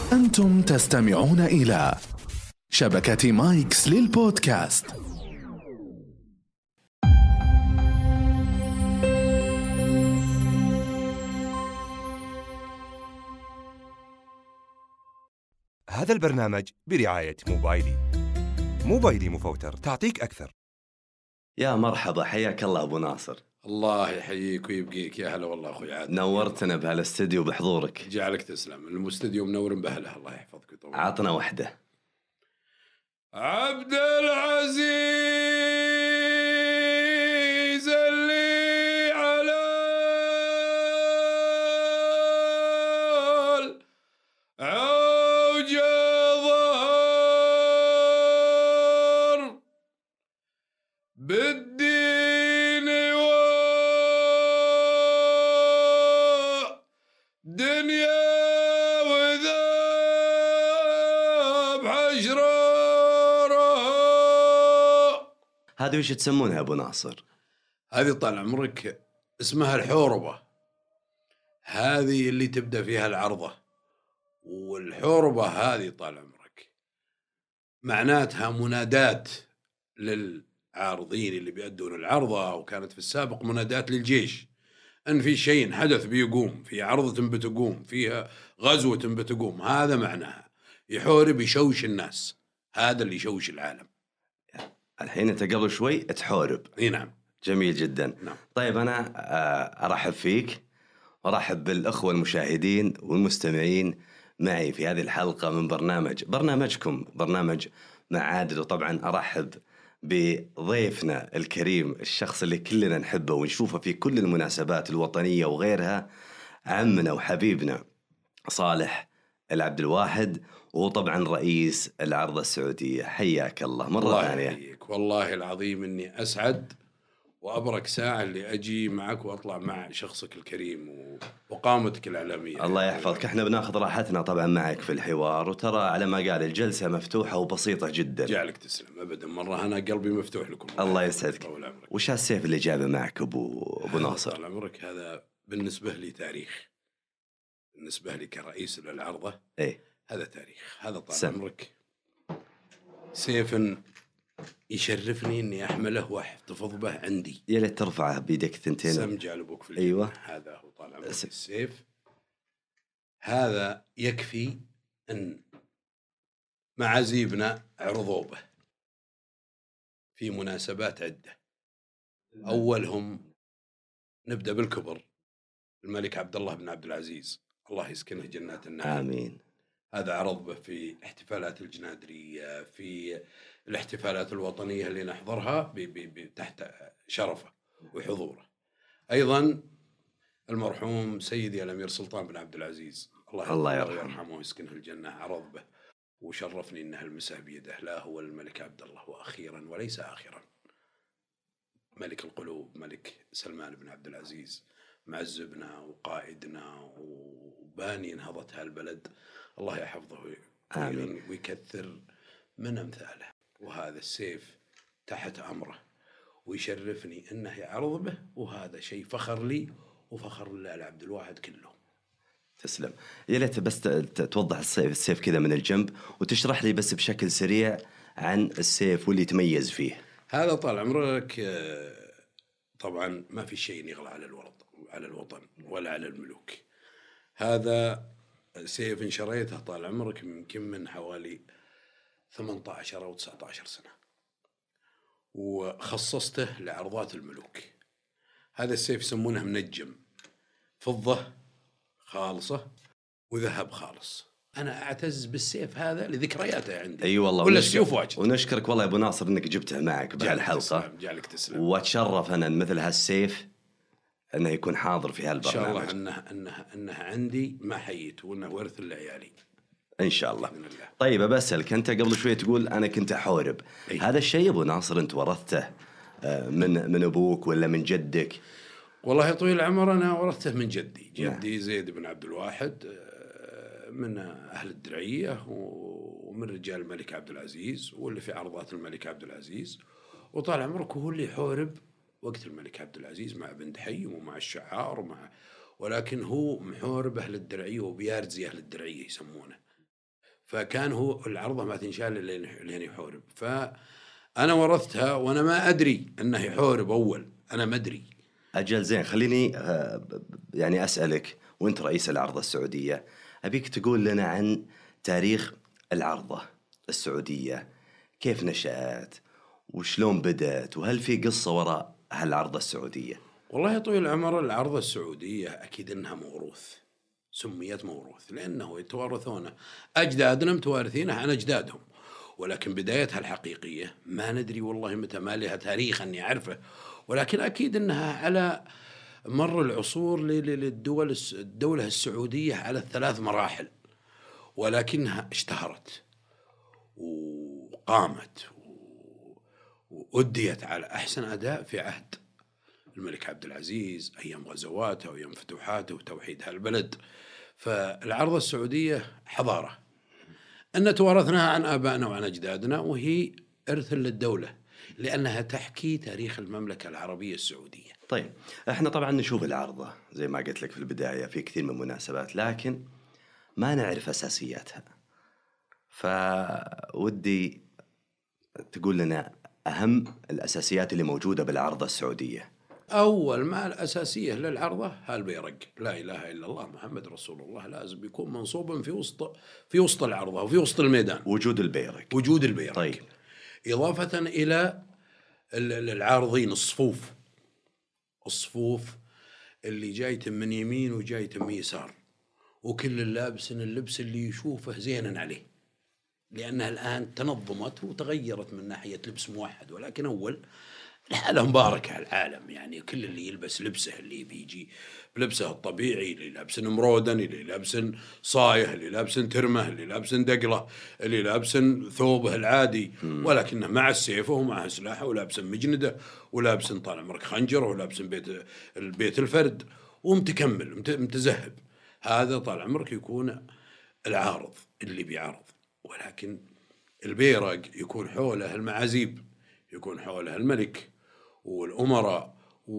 أنتم تستمعون إلى شبكة مايكس للبودكاست. هذا البرنامج برعاية موبايلي مفوتر، تعطيك أكثر. يا مرحبا، حياك الله أبو ناصر. الله يحييك ويبقيك، يا هلا والله أخوي عادل. نورتنا بهالاستديو بحضورك. جعلك تسلم، الاستديو منور بأهله، الله يحفظك ويطول. عطنا وحدة. عبد العزيز اللي على العوج ظهر بالدين ودنيا وذاب حشراره. هذه وش تسمونها أبو ناصر؟ هذه طال عمرك اسمها الحوربة، هذه اللي تبدأ فيها العرضة. والحوربة هذه طال عمرك معناتها منادات للعارضين اللي بيأدون العرضة، وكانت في السابق منادات للجيش أن في شيء حدث بيقوم، في عرضة بتقوم، فيها غزوة بتقوم. هذا معناها يحورب، يشوش الناس، هذا اللي يشوش العالم. الحين أنت قبل شوي تحورب. اي نعم. جميل جدا. نعم. طيب أنا أرحب فيك وأرحب بالأخوة المشاهدين والمستمعين معي في هذه الحلقة من برنامجكم برنامج مع عادل. وطبعا أرحب بضيفنا الكريم، الشخص اللي كلنا نحبه ونشوفه في كل المناسبات الوطنية وغيرها، عمنا وحبيبنا صالح العبد الواحد، وطبعا رئيس العرضة السعودية. حياك الله مرة ثانية. الله يحييك، والله العظيم إني أسعد وأبرك ساعة اللي أجي معك وأطلع مع شخصك الكريم وقامتك الإعلامية. الله يحفظك. احنا بناخذ راحتنا طبعا معك في الحوار، وترى على ما قال الجلسة مفتوحة وبسيطة جدا. جعلك تسلم أبدا، مرة أنا قلبي مفتوح لكم. الله يسعدك. وش هالسيف اللي جابه معك أبو ناصر؟ طال عمرك هذا بالنسبة لي تاريخ، بالنسبة لي كرئيس للعرضة ايه هذا تاريخ. هذا طال عمرك سيف يشرفني إني أحمله واحتفظ به عندي. يا ليت ترفعه بيدك ثنتين. سمجع لبوك في الجنة. أيوة. هذا هو طال عمرك السيف. هذا يكفي أن معازيبنا عرضوا به في مناسبات عدة. أولهم نبدأ بالكبر، الملك عبد الله بن عبد العزيز الله يسكنه جنات النعيم. آمين. هذا عرض به في احتفالات الجنادرية، في الاحتفالات الوطنية اللي نحضرها تحت شرفه وحضوره. أيضا المرحوم سيدي الأمير سلطان بن عبد العزيز الله يرحمه ويسكنه الجنة، عرض به وشرفني أنه المساء بيده. لا هو الملك عبد الله، وأخيرا وليس آخرا ملك القلوب ملك سلمان بن عبد العزيز، معزبنا وقائدنا وباني نهضة هالبلد. الله يحفظه ويكثر من أمثاله. وهذا السيف تحت أمره ويشرفني أنه يعرض به، وهذا شيء فخر لي وفخر للعبد الواحد كله. تسلم. يا ليت بس توضح السيف كذا من الجنب وتشرح لي بس بشكل سريع عن السيف واللي يتميز فيه. هذا طال عمرك طبعا ما في شيء يغلى على الوطن ولا على الملوك. هذا سيف انشريته طال عمرك يمكن من حوالي 18 أو 19 سنة، وخصصته لعرضات الملوك. هذا السيف يسمونه منجم، فضة خالصة وذهب خالص. أنا أعتز بالسيف هذا لذكرياته عندي. أي والله. ولا السيوف واجد. ونشكرك والله يا أبو ناصر إنك جبته معك بهالحلقة. جعلك تسلم. وأتشرف أنا مثل هالسيف أنه يكون حاضر في هالبرنامج. إن شاء الله أنه عندي ما حييت، وأنه ورث لعيالي إن شاء الله. طيب بسألك، أنت قبل شوي تقول أنا كنت أحورب. هذا الشيء أبو ناصر أنت ورثته من أبوك ولا من جدك؟ والله طويل العمر أنا ورثته من جدي زيد بن عبد الواحد، من أهل الدرعية ومن رجال الملك عبد العزيز، واللي في عرضات الملك عبد العزيز. وطال عمرك هو اللي يحورب وقت الملك عبد العزيز مع بن حيم ومع الشعار ولكن هو محورب أهل الدرعية وبيارزي أهل الدرعية يسمونه. فكان هو العرضة ما تنشال لين يحورب. فأنا ورثتها وأنا ما أدري أنه يحورب أول، أنا ما أدري. أجل زين، خليني يعني أسألك وأنت رئيس العرضة السعودية، أبيك تقول لنا عن تاريخ العرضة السعودية، كيف نشأت وشلون بدأت، وهل في قصة وراء هالعرضة السعودية؟ والله يا طويل العمر، العرضة السعودية أكيد أنها موروث، سميت موروث لأنه يتوارثونه، أجدادنا متوارثينها عن أجدادهم، ولكن بدايتها الحقيقية ما ندري والله متى، ما لها تاريخ أني أعرفه، ولكن أكيد أنها على مر العصور الدولة السعودية على 3 مراحل، ولكنها اشتهرت وقامت وأديت على أحسن أداء في عهد الملك عبد العزيز، أيام غزواته وأيام فتوحاته وتوحيد هالبلد. فالعرضة السعودية حضارة أن توارثناها عن آبائنا وعن أجدادنا، وهي إرث للدولة لأنها تحكي تاريخ المملكة العربية السعودية. طيب احنا طبعا نشوف العرضة زي ما قلت لك في البداية في كثير من المناسبات، لكن ما نعرف أساسياتها، فودي تقول لنا أهم الأساسيات اللي موجودة بالعرضة السعودية. أول ما الأساسية للعرضة هالبيرق، لا إله إلا الله محمد رسول الله، لازم يكون منصوبا في وسط العرضة وفي وسط الميدان، وجود البيرق. وجود البيرق. طيب. إضافة إلى العارضين، الصفوف اللي جاية من يمين وجاية من يسار، وكل اللابس اللبس اللي يشوفه زينا عليه، لأنها الآن تنظمت وتغيرت من ناحية لبس موحد، ولكن أول الحالة مباركة على العالم، يعني كل اللي يلبس لبسه، اللي بيجي بلبسه الطبيعي، اللي لابس مرودن، اللي لابس صايح، اللي لابس ترمه، اللي لابس دقلة، اللي لابس ثوبه العادي، ولكنه مع السيف ومع سلاحه، ولابس مجندة، ولابس طال عمرك خنجر، ولابس البيت الفرد، ومتكمل متزهب. هذا طال عمرك يكون العارض اللي بيعرض. ولكن البيرق يكون حوله المعازيب، يكون حوله الملك والأمراء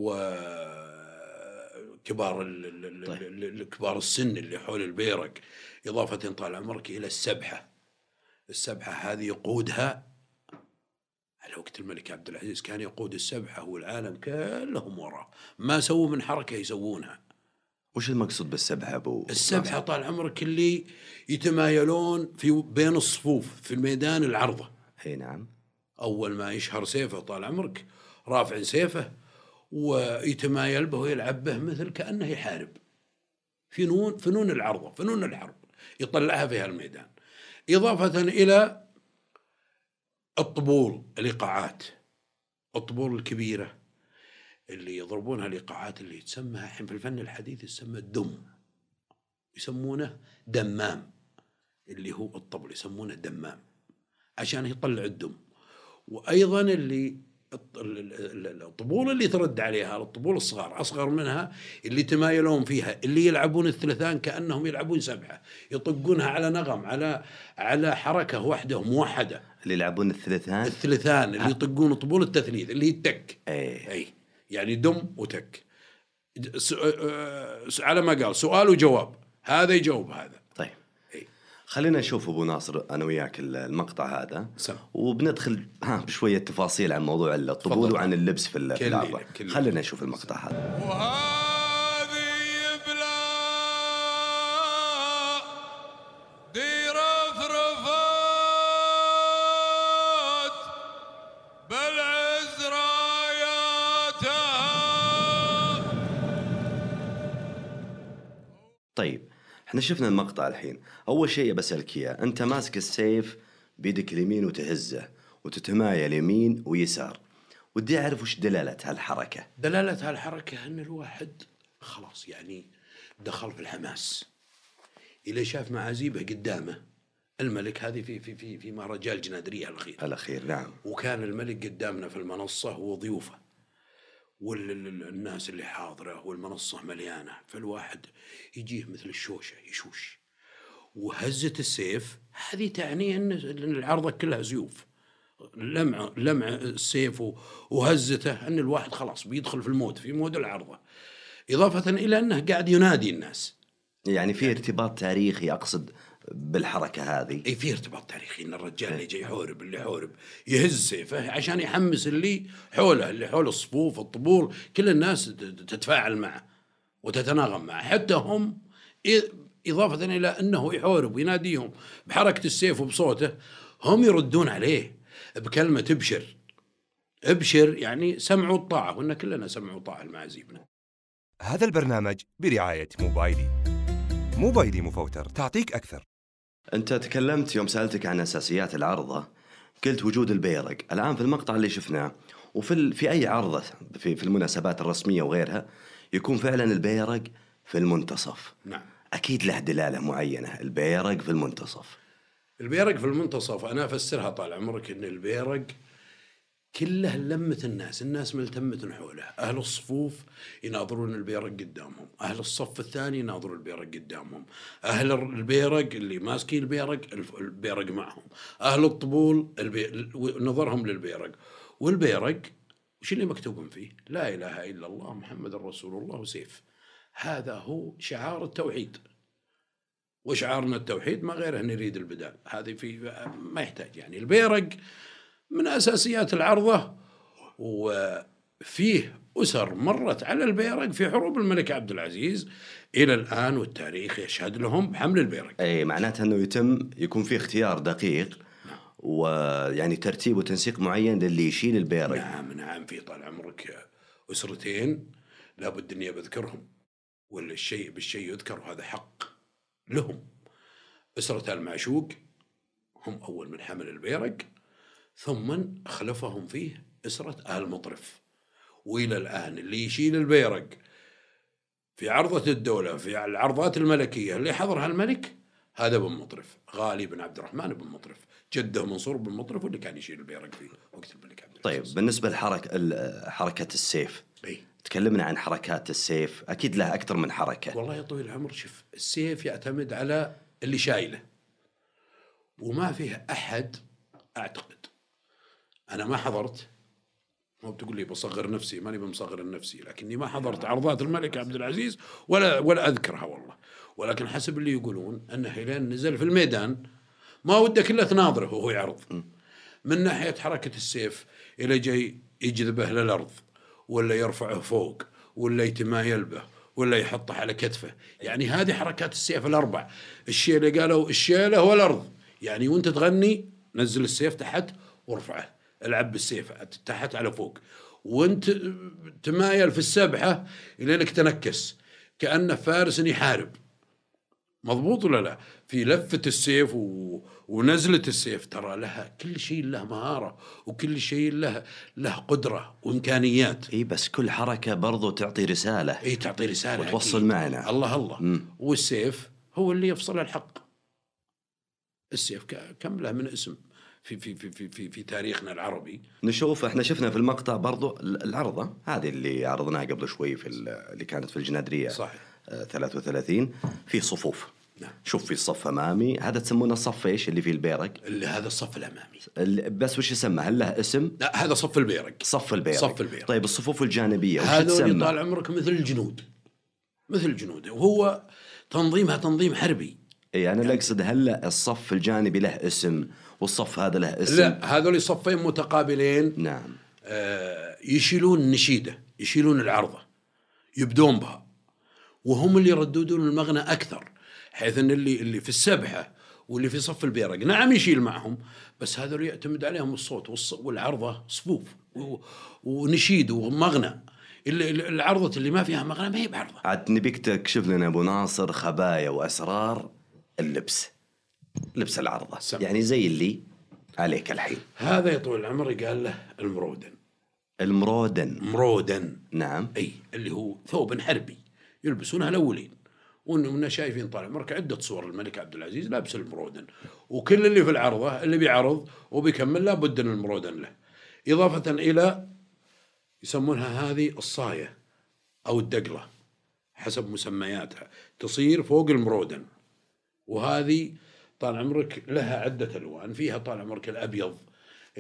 وكبار كبار السن اللي حول البيرق، إضافة طال عمرك إلى السبحة هذه يقودها على وقت الملك عبد العزيز، كان يقود السبحة والعالم كلهم وراه، ما سووا من حركة يسوونها. وش المقصود بالسبحة السبحة طال عمرك اللي يتمايلون بين الصفوف في الميدان العرضة. اي نعم. أول ما يشهر سيفه طال عمرك رافع سيفه ويتمايل به ويلعب به مثل كأنه يحارب، فنون العرضة، فنون الحرب يطلعها في هالميدان. إضافة إلى الطبول، الإيقاعات، الطبول الكبيرة اللي يضربونها، الإيقاعات اللي تسمى الحين في الفن الحديث يسمى الدم، يسمونه دمام، اللي هو الطبل يسمونه دمام عشان يطلع الدم. وأيضا الطبول اللي ترد عليها الطبول الصغار، أصغر منها، اللي تمايلون فيها، اللي يلعبون الثلثان كأنهم يلعبون سبحة، يطقونها على نغم، على حركة واحدة موحدة. اللي يلعبون الثلثان اللي يطقون طبول التثليث اللي هي التك. أي يعني دم وتك، على ما قال سؤال وجواب، هذا يجاوب هذا. طيب خلينا نشوف أبو ناصر أنا وياك المقطع هذا وبندخل بشوية تفاصيل عن موضوع الطبول وعن اللبس في العرضة. خلينا نشوف المقطع هذا. وهذه بلا دي رفرفات بالعز راياتها. طيب احنا شفنا المقطع الحين، اول شيء بسألك اياه، انت ماسك السيف بيدك اليمين وتهزه وتتمايل يمين ويسار، ودي اعرف وش دلالة هالحركة. دلالة هالحركة ان الواحد خلاص يعني دخل في الحماس، اللي شاف معازيبه قدامه. الملك هذه في مهرجان الجنادرية الأخير نعم، وكان الملك قدامنا في المنصة وضيوفه والناس اللي حاضرة والمنصة مليانة، فالواحد يجيه مثل الشوشة يشوش، وهزة السيف هذه تعني أن العرضة كلها سيوف، لمع السيف وهزته أن الواحد خلاص بيدخل في مود العرضة، إضافة إلى أنه قاعد ينادي الناس. يعني في ارتباط تاريخي، أقصد بالحركة هذه؟ اي في ارتباط تاريخي ان الرجال اللي جاي يحورب اللي يحورب يهز سيفه عشان يحمس اللي حوله، اللي حول الصفوف الطبول، كل الناس تتفاعل معه وتتناغم معه، حتى هم إضافة إلى أنه يحورب ويناديهم بحركة السيف وبصوته، هم يردون عليه بكلمة ابشر. ابشر يعني سمع والطاعة، وإن كلنا سمع وطاعة المعازيمنا. هذا البرنامج برعاية موبايلي. موبايلي مفوتر تعطيك أكثر. أنت تكلمت يوم سألتك عن أساسيات العرضة، قلت وجود البيرق. الآن في المقطع اللي شفناه وفي أي عرضة في المناسبات الرسمية وغيرها يكون فعلا البيرق في المنتصف. نعم. أكيد له دلالة معينة البيرق في المنتصف. البيرق في المنتصف أنا أفسرها طال عمرك إن البيرق كله لمة الناس ملتمة حوله، أهل الصفوف يناظرون البيرق قدامهم، أهل الصف الثاني يناظرون البيرق قدامهم، أهل البيرق اللي ماسكين البيرق معهم، أهل الطبول نظرهم للبيرق. والبيرق وش اللي مكتوب فيه؟ لا إله إلا الله محمد رسول الله وسيف. هذا هو شعار التوحيد، وشعارنا التوحيد ما غيره نريد البدال. هذه في ما يحتاج يعني. البيرق من أساسيات العرضة، وفيه أسر مرت على البيرق في حروب الملك عبد العزيز إلى الآن، والتاريخ يشهد لهم بحمل البيرق. أي معناته أنه يكون في اختيار دقيق ويعني ترتيب وتنسيق معين للي يشيل البيرق. نعم في طال عمرك أسرتين لابد أني بذكرهم، ولا الشيء بالشيء يذكر، وهذا حق لهم. أسرة المعشوق هم أول من حمل البيرق، ثم خلفهم فيه أسرة آل مطرف. وإلى الآن اللي يشيل البيرق في عرضة الدولة في العرضات الملكية اللي حضرها الملك هذا بن مطرف، غالي بن عبد الرحمن بن مطرف، جده منصور بن مطرف، واللي كان يشيل البيرق في وقت الملك عبد العزيز. طيب بالنسبة لحركة السيف، تكلمنا عن حركات السيف، أكيد لها أكثر من حركة. والله يا طويل العمر شوف، السيف يعتمد على اللي شايله، وما فيه أحد أعتقد، أنا ما حضرت، ما بتقول لي بصغر نفسي، ماني بمصغر النفسي، لكني ما حضرت عرضات الملك عبد العزيز ولا أذكرها والله، ولكن حسب اللي يقولون أنه هيلين نزل في الميدان ما ودك إلا تناظره وهو يعرض. من ناحية حركة السيف إلى جاي يجذبه للأرض، ولا يرفعه فوق، ولا يتمايل به، ولا يحطه على كتفه، يعني هذه حركات السيف الأربع. الشيلة قالوا الشيلة والأرض، يعني وانت تغني نزل السيف تحت وارفعه، العب بالسيف تحت على فوق، وانت تمايل في السبحة إلينك تنكس كأنه فارس يحارب. مضبوط ولا لا؟ في لفة السيف ونزلة السيف ترى لها كل شيء له مهارة، وكل شيء له قدرة وإمكانيات. إيه بس كل حركة برضو تعطي رسالة. إيه تعطي رسالة وتوصل معنا. الله. والسيف هو اللي يفصل الحق. السيف كم له من اسم في تاريخنا العربي. نشوف احنا شفنا في المقطع برضو العرضة هذه اللي عرضناها قبل شوي اللي كانت في الجنادرية. صحيح. 33 في صفوف. نعم. شوف في الصف أمامي، هذا تسمونه الصف إيش اللي فيه البيرق؟ اللي هذا الصف الأمامي. بس وش يسمى؟ هل له اسم؟ لا هذا صف البيرق. صف البيرق. طيب الصفوف الجانبية وش تسمى؟ هذول طال عمرك مثل الجنود، وهو تنظيمها تنظيم حربي. اي انا لا اقصد هل الصف الجانبي له اسم والصف هذا له اسم؟ لا هذول صفين متقابلين. نعم. يشيلون النشيدة، يشيلون العرضة، يبدون بها، وهم اللي يرددون المغنى أكثر، حيث أن اللي في السبحة واللي في صف البيرق نعم يشيل معهم، بس هذول يعتمد عليهم الصوت والعرضة صفوف ونشيد ومغنى. العرضة اللي ما فيها مغنى ما هي بعرضة. عاد نبيك تكشف لنا أبو ناصر خبايا وأسرار لبس العرضة. يعني زي اللي عليك الحين هذا يا طويل العمر قال له المرودن. نعم. أي اللي هو ثوب حربي يلبسونها الأولين، وإننا شايفين طال عمرك عدة صور الملك عبد العزيز لابس المرودن، وكل اللي في العرضة اللي بيعرض وبيكمل لابد من المرودن له، إضافة إلى يسمونها هذه الصاية أو الدقلة حسب مسمياتها، تصير فوق المرودن، وهذه طال عمرك لها عدة ألوان، فيها طال عمرك الأبيض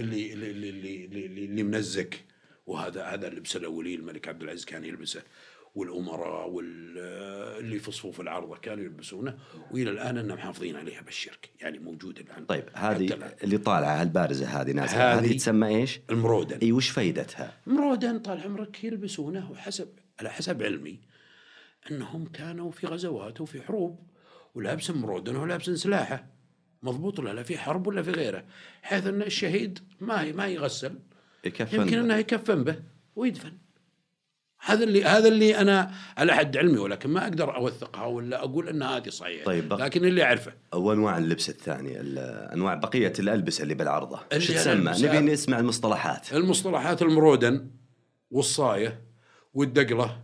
اللي منزك، وهذا اللبس الأولي الملك عبد العزيز كان يلبسه، والأمراء واللي في صفوف العرضة كانوا يلبسونه، وإلى الآن أننا محافظين عليها بالشرك، يعني موجودة الآن. طيب هذه اللي طالعة البارزة هذه نازلة، هذه تسمى إيش؟ المرودن. أي وش فايدتها؟ المرودن طال عمرك يلبسونه على حسب علمي أنهم كانوا في غزوات وفي حروب ولابس مرودن ولابس سلاحه، مضبوط ولا لا، في حرب ولا في غيره، حيث أن الشهيد ما يغسل، يمكن أنه يكفن به ويدفن. هذا اللي أنا على حد علمي، ولكن ما أقدر أوثقها ولا أقول أن هذه صحيحة. طيب لكن اللي أعرفه. وأنواع اللبس الثانية، أنواع بقية الألبسة اللي بالعرضة إيش تسمى؟ نبي نسمع المصطلحات. المصطلحات المرودن والصاية والدقلة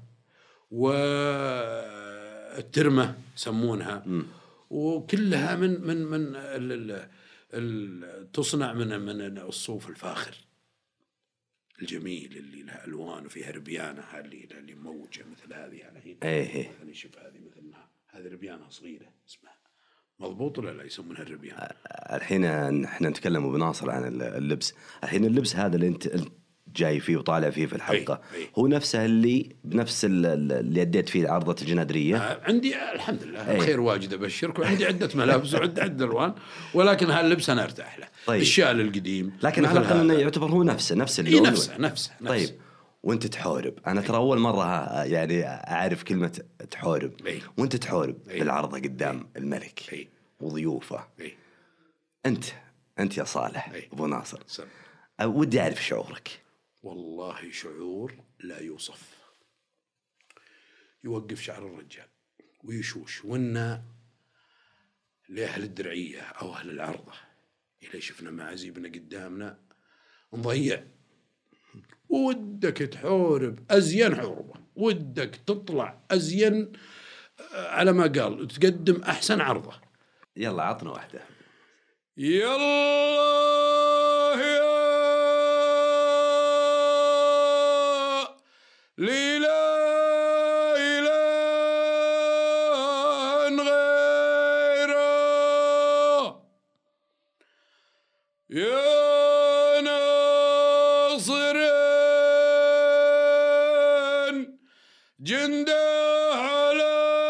والترمة يسمونها، وكلها من تصنع من الصوف الفاخر الجميل اللي له ألوان وفيها ربيانة، اللي موجة مثل هذه على هنا. إيه. مثلا شوف هذه مثلها، هذه ربيانة صغيرة اسمها، مضبوط ولا لا يسمونها الربيانة. الحين احنا نتكلم بناصر عن اللبس. الحين اللبس هذا اللي انت جاي فيه وطالع فيه في الحلقة، هو نفسه اللي بنفس اللي أديت فيه عرضة الجنادرية. عندي الحمد لله الخير واجد أبشرك، وعندي عدة ملابس وعدة ألوان، ولكن هاللبس أنا أرتاح له. طيب. الشال القديم، لكن على الأقل إنه يعتبر هو نفس اللون. نفسه. طيب وانت تحورب، انا ترى اول مرة يعني اعرف كلمة تحورب. وانت تحورب بالعرضة قدام الملك وضيوفه. انت يا صالح ابو ناصر، ودي اعرف شعورك. والله شعور لا يوصف، يوقف شعر الرجال ويشوش. وإنا لأهل الدرعية أو أهل العرضة إذا شفنا معازيبنا قدامنا نضيع. ودك تحورب أزين حوربة، ودك تطلع أزين، على ما قال تقدم أحسن عرضة. يلا عطنا واحدة. يلا لي لا إله غيره يا ناصرين جنده على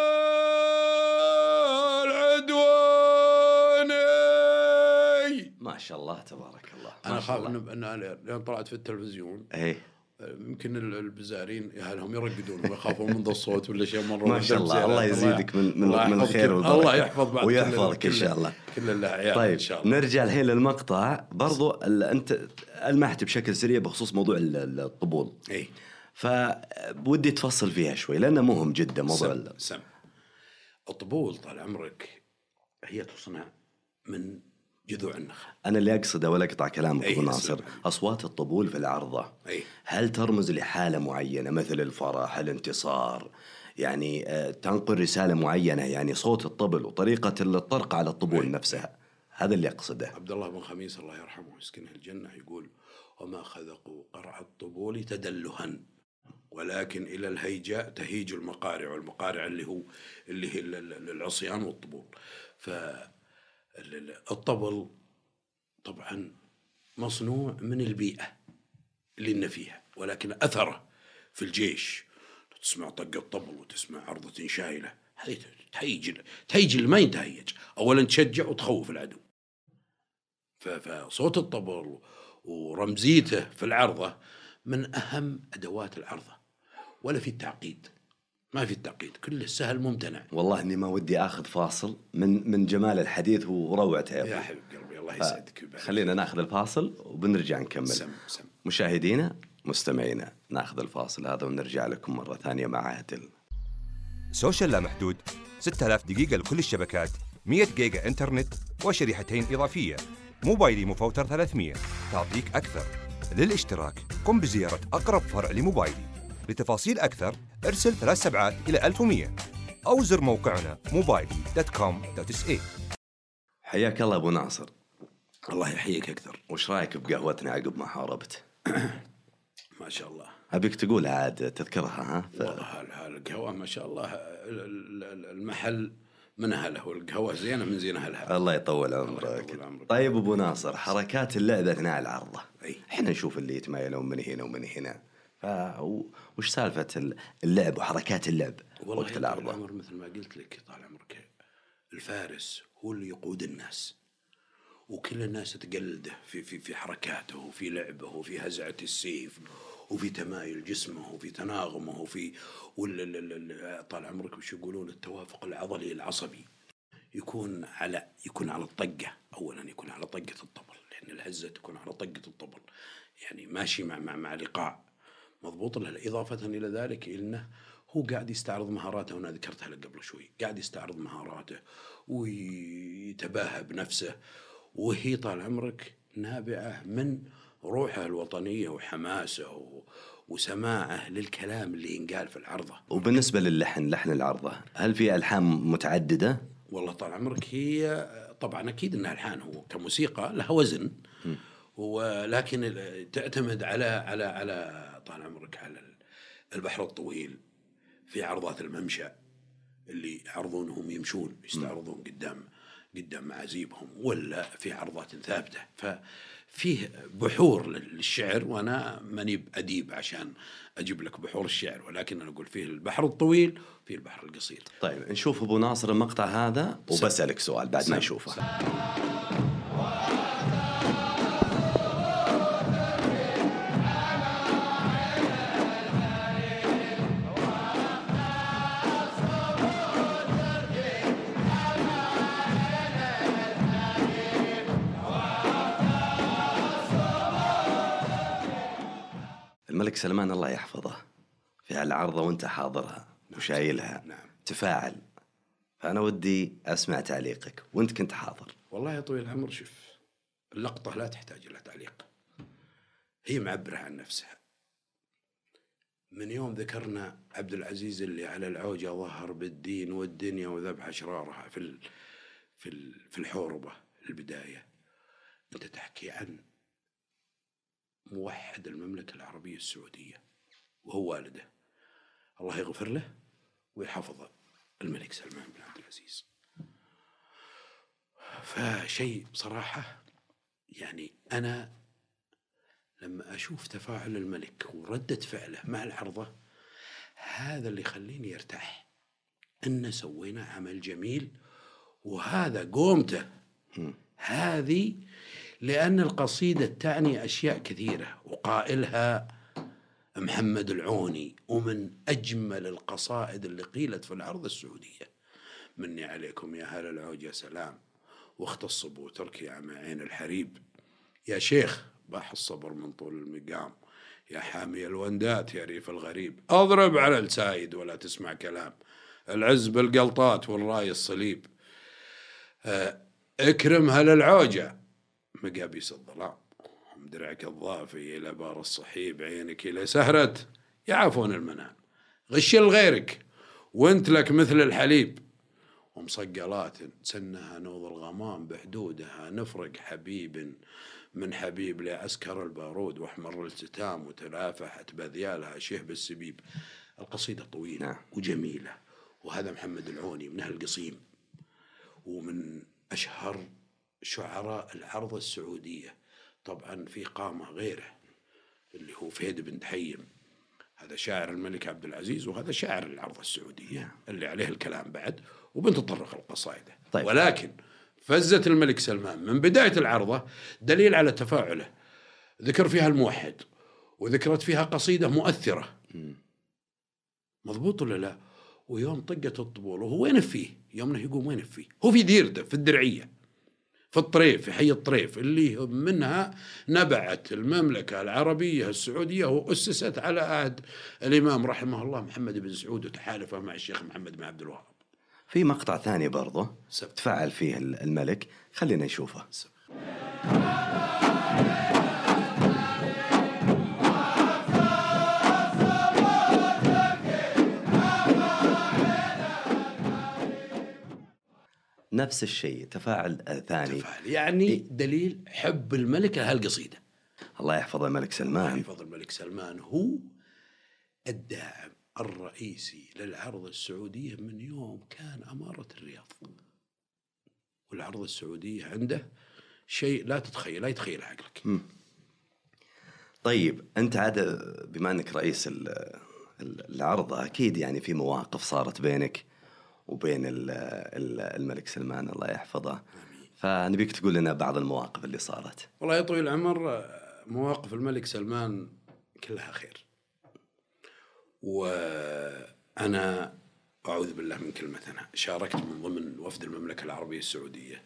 العدوان. ما شاء الله تبارك الله. أنا خاف أن طلعت في التلفزيون يمكن البزارين يهلهم يرقدون ويخافون من ذا الصوت ولا شيء مرة. ما شاء الله، الله يزيدك من الخير والبركة. الله يحفظ بعد ويحفظك إن شاء الله. كل الله عيال. طيب إن شاء الله. نرجع الحين للمقطع برضو. أنت ألمحت بشكل سريع بخصوص موضوع الطبول. فودي تفصل فيها شوي لأنه مهم جدا موضوع الطبول. طال عمرك هي تصنع من جذوع النخل. أنا اللي أقصده ولا أقطع كلامك أبو ناصر، أصوات الطبول في العرضة هل ترمز لحالة معينة مثل الفرح، الانتصار، يعني تنقل رسالة معينة؟ يعني صوت الطبل وطريقة الطرق على الطبول نفسها، هذا اللي أقصده. عبد الله بن خميس الله يرحمه ويسكنه الجنة يقول: وما خذقوا قرع الطبول تدلها ولكن إلى الهيجاء تهيج المقارع، والمقارع اللي هي العصيان والطبول. فالطبل طبعا مصنوع من البيئة اللي لنا فيها، ولكن أثره في الجيش. تسمع طق الطبل وتسمع عرضة شايلة، هذه تهيج اللي ما ينتهيج. أولا تشجع وتخوف العدو. فصوت الطبل ورمزيته في العرضة من أهم أدوات العرضة، ولا في التعقيد، ما في التعقيد، كله سهل ممتنع. والله إني ما ودي أخذ فاصل من جمال الحديث وروعته يا حبيب قلبي الله يسعدك. خلينا ناخذ الفاصل وبنرجع نكمل. مشاهدينا مستمعينا، ناخذ الفاصل هذا ونرجع لكم مرة ثانية مع عادل. سوشيال لا محدود، 6000 دقيقة لكل الشبكات، 100 جيجا إنترنت وشريحتين إضافية. موبايلي مفوتر 300 تعطيك أكثر. للاشتراك قم بزيارة أقرب فرع لموبايلي. لتفاصيل أكثر ارسل 3 سبعات إلى 1100 أو زر موقعنا mobily.com.sa. حياك الله أبو ناصر. الله يحييك أكثر. وش رأيك بقهوتنا عقب ما حاربت؟ ما شاء الله. أبيك تقولها عاد تذكرها. ها والله القهوة ما شاء الله، المحل من أهله، والقهوة زينة من زين أهلها. الله يطول عمرك. طيب أبو ناصر، حركات اللعبة أثناء العرضة، إحنا نشوف اللي يتمايلون من هنا ومن هنا، وش سالفة اللعب وحركات اللعب وقت العرض؟ العرضة؟ والله مثل ما قلت لك طال عمرك، الفارس هو اللي يقود الناس، وكل الناس تقلده في حركاته وفي لعبه وفي هزعة السيف وفي تمايل جسمه وفي تناغمه وفي طال عمرك وش يقولون التوافق العضلي العصبي يكون على الطقة. أولا يكون على طقة الطبل، لأن الهزة تكون على طقة الطبل، يعني ماشي مع الإيقاع مضبوط له. إضافة إلى ذلك إنه هو قاعد يستعرض مهاراته، وأنا ذكرتها لك قبل شوي، قاعد يستعرض مهاراته ويتباهى بنفسه، وهي طال عمرك نابعة من روحه الوطنية وحماسه وسماعه للكلام اللي ينقال في العرضة. وبالنسبة لحن العرضة، هل في ألحان متعددة؟ والله طال عمرك هي طبعا أكيد أنها ألحان، هو كموسيقى لها وزن، ولكن تعتمد على طال عمرك على البحر الطويل. في عرضات الممشى اللي يعرضونهم يمشون يستعرضون قدام معازيبهم، ولا في عرضات ثابتة. ففيه بحور للشعر، وأنا ماني أديب عشان أجيب لك بحور الشعر، ولكن أنا أقول فيه البحر الطويل وفيه البحر القصير. طيب نشوف أبو ناصر المقطع هذا وبسألك سؤال بعد ما نشوفه. الملك سلمان الله يحفظه في هالعرضة وانت حاضرها وشايلها، نعم. تفاعل، فأنا ودي أسمع تعليقك وانت كنت حاضر. والله يا طويل العمر، شوف، اللقطة لا تحتاج إلى تعليق، هي معبرة عن نفسها. من يوم ذكرنا عبد العزيز اللي على العوجة ظهر بالدين والدنيا وذبح أشرارها في الحوربة البداية، أنت تحكي عن موحد المملكة العربية السعودية وهو والده، الله يغفر له ويحفظ الملك سلمان بن عبد العزيز. فشيء بصراحة يعني أنا لما أشوف تفاعل الملك وردة فعله مع العرضة، هذا اللي يخليني أرتاح، أن سوينا عمل جميل، وهذا قومته هذه، لأن القصيدة تعني أشياء كثيرة، وقائلها محمد العوني، ومن أجمل القصائد اللي قيلت في العرض السعودية. مني عليكم يا هل العوجة سلام، واختص بو تركي عم عين الحريب، يا شيخ باح الصبر من طول المقام، يا حامي الوندات يا ريف الغريب، أضرب على السايد ولا تسمع كلام، العز بالقلطات والراي الصليب، اكرم هل العوجة مقابيس الظلام، درعك الضافي إلى بار الصحيب، عينك إلى سهرت يعافون المنام، غش لغيرك وانت لك مثل الحليب، ومصقلات سنها نوض الغمام، بحدودها نفرق حبيب من حبيب، لعسكر البارود واحمر الستام، وتلافحت بذيالها شهب السبيب. القصيدة طويلة وجميلة، وهذا محمد العوني من أهل القصيم، ومن أشهر شعراء العرض السعودية. طبعا في قامة غيره اللي هو فهد بن تحيم، هذا شاعر الملك عبد العزيز، وهذا شاعر العرض السعودية اللي عليه الكلام بعد، وبنتطرق القصائده. طيب. ولكن فزة الملك سلمان من بداية العرضة دليل على تفاعله، ذكر فيها الموحد، وذكرت فيها قصيدة مؤثرة، مضبوط ولا لا؟ ويوم طقت الطبول وهو وين فيه، يومنا يقوم وين فيه، هو في ديرته في الدرعية في الطريف، في حي الطريف، اللي منها نبعت المملكة العربية السعودية، وأسست على عهد الإمام رحمه الله محمد بن سعود، وتحالفه مع الشيخ محمد بن عبد الوهاب. في مقطع ثاني برضه تفاعل فيه الملك، خلينا نشوفه. نفس الشيء، تفاعل ثاني، يعني دليل حب الملك لهالقصيدة. الله يحفظ الملك سلمان. الله يحفظ الملك سلمان، هو الداعم الرئيسي للعرض السعودية من يوم كان أمارة الرياض، والعرض السعودية عنده شيء لا يتخيل عقلك. طيب أنت عاد بما أنك رئيس العرضة، أكيد يعني في مواقف صارت بينك وبين الملك سلمان الله يحفظه، فنبيك تقول لنا بعض المواقف اللي صارت. والله يا طويل العمر مواقف الملك سلمان كلها خير، وأنا أعوذ بالله من كلمة أنا شاركت من ضمن وفد المملكة العربية السعودية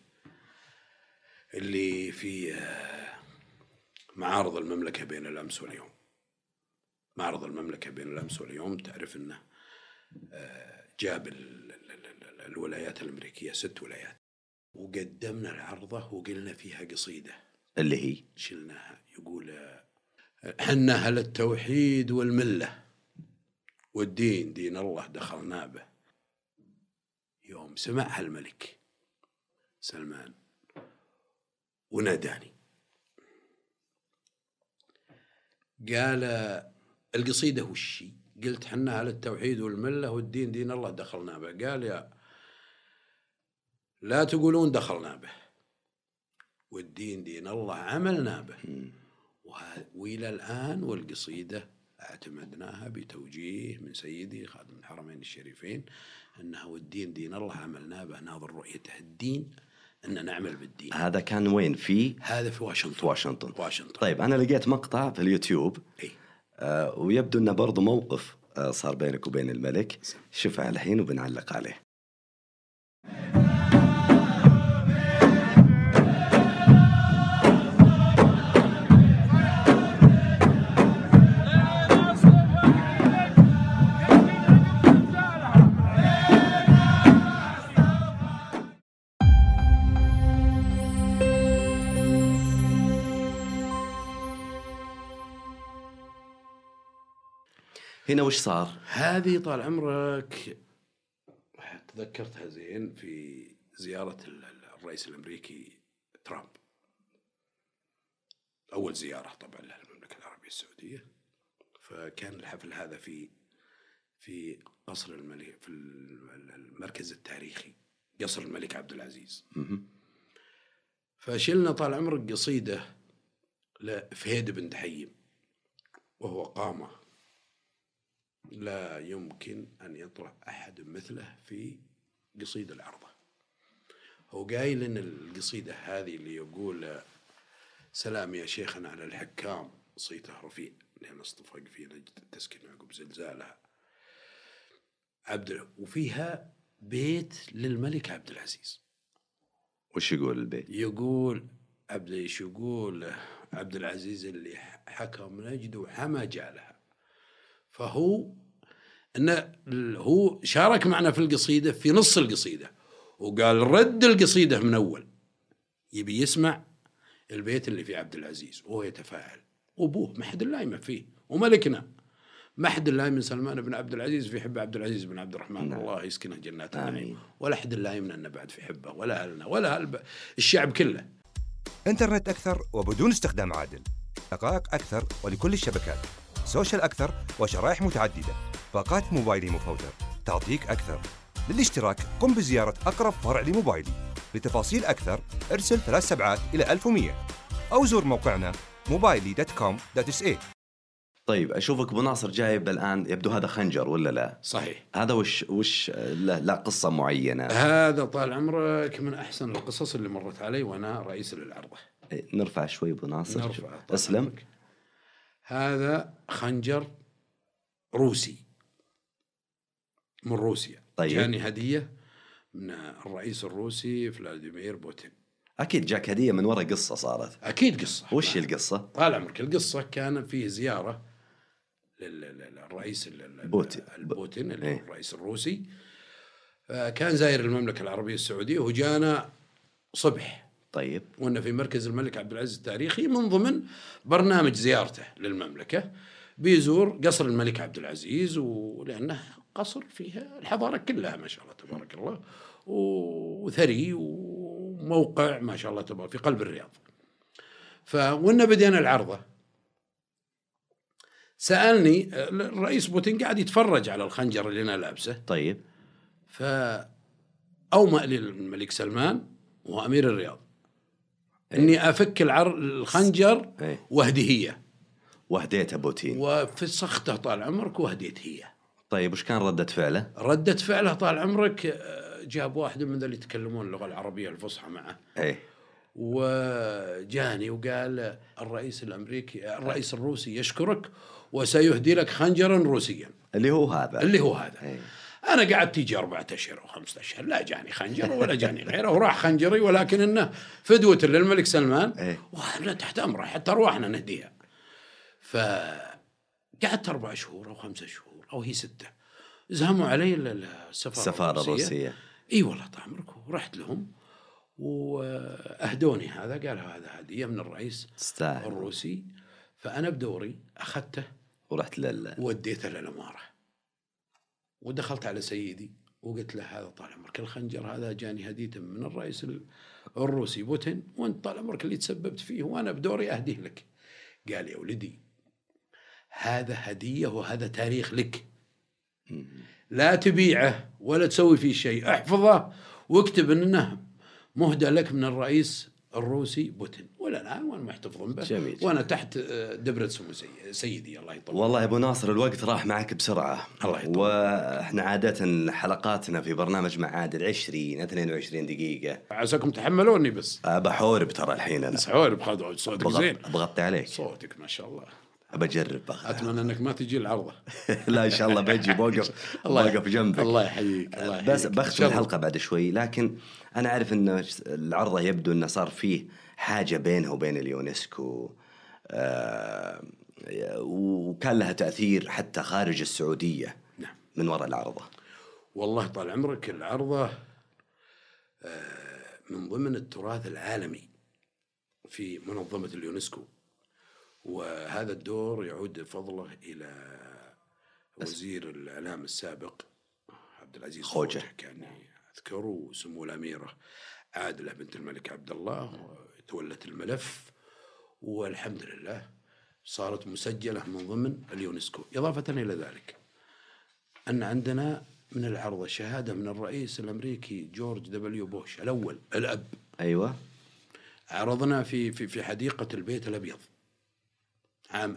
اللي في معارض المملكة بين الأمس واليوم. معرض المملكة بين الأمس واليوم تعرف أنه جاب الولايات الأمريكية 6 ولايات، وقدمنا العرضة وقلنا فيها قصيدة اللي هي شلناها، يقول حنا أهل التوحيد والملة والدين دين الله دخلنا به. يوم سمعها الملك سلمان وناداني قال القصيدة وشي؟ قلت حنا أهل التوحيد والملة والدين دين الله دخلنا به. قال يا لا تقولون دخلنا به، والدين دين الله عملنا به، وإلى الآن والقصيدة اعتمدناها بتوجيه من سيدي خادم الحرمين الشريفين أنها والدين دين الله عملنا به، ناظر رؤيته الدين أن نعمل بالدين. هذا كان وين؟ هذا في واشنطن. طيب أنا لقيت مقطع في اليوتيوب ويبدو أنه برضو موقف صار بينك وبين الملك، شوفها الحين وبنعلق عليه. هنا وش صار؟ هذه طال عمرك تذكرتها زين في زيارة الرئيس الأمريكي ترامب، أول زيارة طبعا للمملكة العربية السعودية. فكان الحفل هذا في قصر الملك، في المركز التاريخي قصر الملك عبد العزيز. فشلنا طال عمرك قصيدة لفهيد بن دحيم، وهو قامة لا يمكن أن يطرح أحد مثله في قصيدة العرضة. هو قايل إن القصيدة هذه اللي يقول سلام يا شيخنا على الحكام صيته رفيع لأن اصطفق في نجد تسكن عقب زلزالها وفيها بيت للملك عبد العزيز. وش يقول البيت؟ يقول عبد العزيز اللي حكم نجد وحمى جالها. فهو أنه هو شارك معنا في القصيدة في نص القصيدة، وقال رد القصيدة من أول، يبي يسمع البيت اللي في عبد العزيز وهو يتفاعل. وأبوه ما حد لا يمن فيه، وملكنا ما حد لا يمن سلمان بن عبد العزيز في حب عبد العزيز بن عبد الرحمن، الله يسكنه جنات النعيم، ولا حد لا يمن أن بعد في حبه، ولا أهلنا ولا الشعب كله. إنترنت أكثر وبدون استخدام عادل، دقائق أكثر ولكل الشبكات، سوشيال أكثر وشرائح متعددة، باقات موبايلي مفوتر تعطيك أكثر. للاشتراك قم بزيارة أقرب فرع لموبايلي. لتفاصيل أكثر ارسل 3 سبعات إلى 1100 أو زور موقعنا mobily.com.sa. طيب أشوفك أبو ناصر جايب الآن، يبدو هذا خنجر ولا لا؟ صحيح. هذا وش لا قصة معينة؟ هذا طال عمرك من أحسن القصص اللي مرت علي وأنا رئيس للعرضة. نرفع شوي أبو ناصر. نرفع. أسلم. هذا خنجر روسي من روسيا. طيب. جاني هدية من الرئيس الروسي فلاديمير بوتين. أكيد جاك هدية من وراء قصة صارت. أكيد قصة. وش القصة؟ طال عمرك القصة كان فيه زيارة للرئيس بوتين اللي هو الرئيس الروسي. كان زاير المملكة العربية السعودية وجانا صبح. طيب. وأنه في مركز الملك عبد العزيز التاريخي من ضمن برنامج زيارته للمملكة بيزور قصر الملك عبد العزيز، ولأنه قصر فيها الحضارة كلها ما شاء الله تبارك الله، وثري وموقع ما شاء الله تبارك في قلب الرياض. فوإن بدينا العرضة سألني الرئيس بوتين قاعد يتفرج على الخنجر اللي أنا لابسه. طيب. فأومأ للملك سلمان وهو أمير الرياض إني أفك الخنجر وهديهية، وهديته بوتين. وفي سخته طال عمرك وهديت هي. طيب وش كان ردة فعله؟ ردة فعله طال عمرك جاب واحد من اللي يتكلمون اللغة العربية الفصحى معه. ايه. وجاني وقال الرئيس الرئيس الروسي يشكرك وسيهدي لك خنجرا روسيا. اللي هو هذا. أيه. أنا قعدت تيجي 4 أشهر و5 أشهر لا جاني خنجر ولا جاني غيره، وراح خنجري، ولكن إنه فدوة للملك سلمان. أيه. وإحنا تحت أمره حتى أرواحنا نهديها. فقعدت 4 شهور أو 5 شهور أو هي 6. زهموا علي السفارة الروسية. إي والله طعمرك. ورحت لهم وأهدوني هذا، قالوا هذا هدية من الرئيس الروسي. فأنا بدوري أخذته ورحت وديته للأمارة، ودخلت على سيدي وقلت له هذا طال عمرك الخنجر هذا جاني هديته من الرئيس الروسي بوتين، وانت طال عمرك اللي تسببت فيه وأنا بدوري أهديه لك. قال يا ولدي هذا هدية وهذا تاريخ لك، لا تبيعه ولا تسوي فيه شيء، احفظه واكتب انه مهدى لك من الرئيس الروسي بوتين. ولا الآن وانا محتفظ به. جميل. وانا تحت دبرة سمو سيدي الله يطول. والله يا ابو ناصر الوقت راح معك بسرعة. الله يطول. واحنا عادة حلقاتنا في برنامج مع عادل 20-22 دقيقة. عساكم تحملوني بس. بحورب ترى الحين انا. حورب خذوا صوتك زين. بغطي عليك. صوتك ما شاء الله. بجرب. أتمنى أنك ما تجي العرضة. لا إن شاء الله بجي بوقف جنبك. الله يحييك. بس بختم الحلقة بعد شوي، لكن أنا أعرف أن العرضة يبدو أنه صار فيه حاجة بينها وبين اليونسكو، وكان لها تأثير حتى خارج السعودية. نعم. من وراء العرضة. والله طال عمرك العرضة من ضمن التراث العالمي في منظمة اليونسكو، وهذا الدور يعود فضله إلى وزير الإعلام السابق عبد العزيز خوجة كان أذكره، وسمو الأميرة عادلة بنت الملك عبد الله تولت الملف، والحمد لله صارت مسجلة من ضمن اليونسكو. إضافة إلى ذلك أن عندنا من العرضة شهادة من الرئيس الأمريكي جورج دبليو بوش الأول الأب. أيوة. عرضنا في حديقة البيت الأبيض عام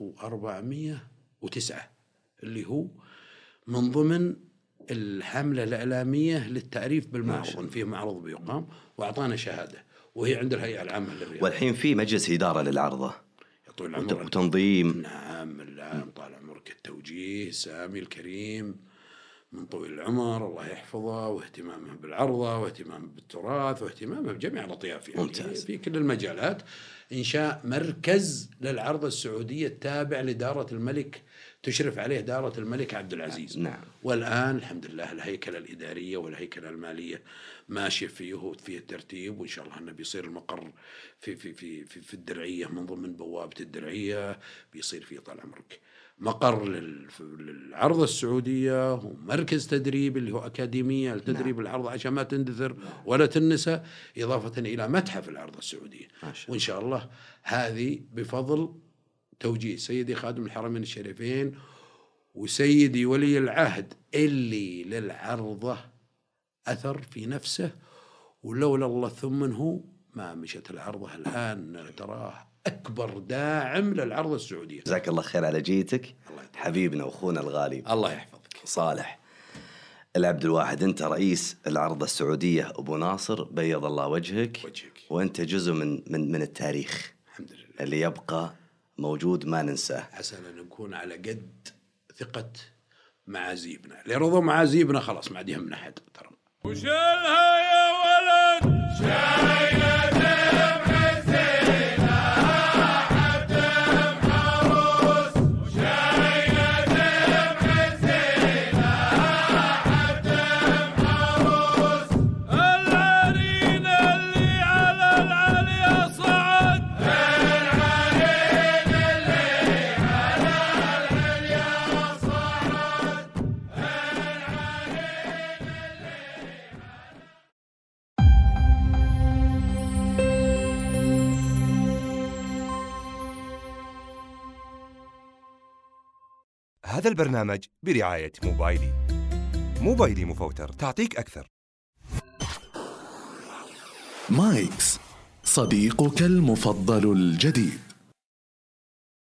1409 اللي هو من ضمن الحملة الإعلامية للتعريف بالمعرض. فيه معرض بيقام وأعطانا شهادة، وهي عند الهيئة العامة للرياضة. والحين في مجلس إدارة للعرضة يطول العمر وتنظيم. نعم. الآن طال عمرك التوجيه سامي الكريم من طويل العمر الله يحفظه، واهتمامه بالعرضة واهتمامه بالتراث واهتمامه بجميع الأطياف يعني في كل المجالات. إنشاء مركز للعرضة السعودية التابع لدارة الملك، تشرف عليه دارة الملك عبد العزيز. نعم. والآن الحمد لله الهيكلة الإدارية والهيكلة المالية ماشية فيه الترتيب، وإن شاء الله أنه بيصير المقر في الدرعية من ضمن بوابة الدرعية، بيصير فيه طال عمرك مقر للعرضة السعودية ومركز تدريب اللي هو أكاديمية لتدريب العرضة عشان ما تندثر ولا تنسى، إضافة إلى متحف العرضة السعودية. وإن شاء الله هذه بفضل توجيه سيدي خادم الحرمين الشريفين وسيدي ولي العهد اللي للعرضة أثر في نفسه، ولولا الله ثمنه ما مشت العرضة. الآن تراه أكبر داعم للعرضة السعودية. جزاك الله خير على جيتك حبيبنا وأخونا الغالي. الله يحفظك. صالح العبد الواحد، أنت رئيس العرضة السعودية أبو ناصر، بيض الله وجهك. وأنت جزء من التاريخ الحمد لله اللي يبقى موجود ما ننساه. عسى أن نكون على قد ثقة معازيبنا، لرضا معازيبنا خلاص ما عاد يهمنا حد ترى. وشلها يا ولد شايلة هذا البرنامج برعاية موبايلي مفوتر تعطيك أكثر. مايكس صديقك المفضل الجديد.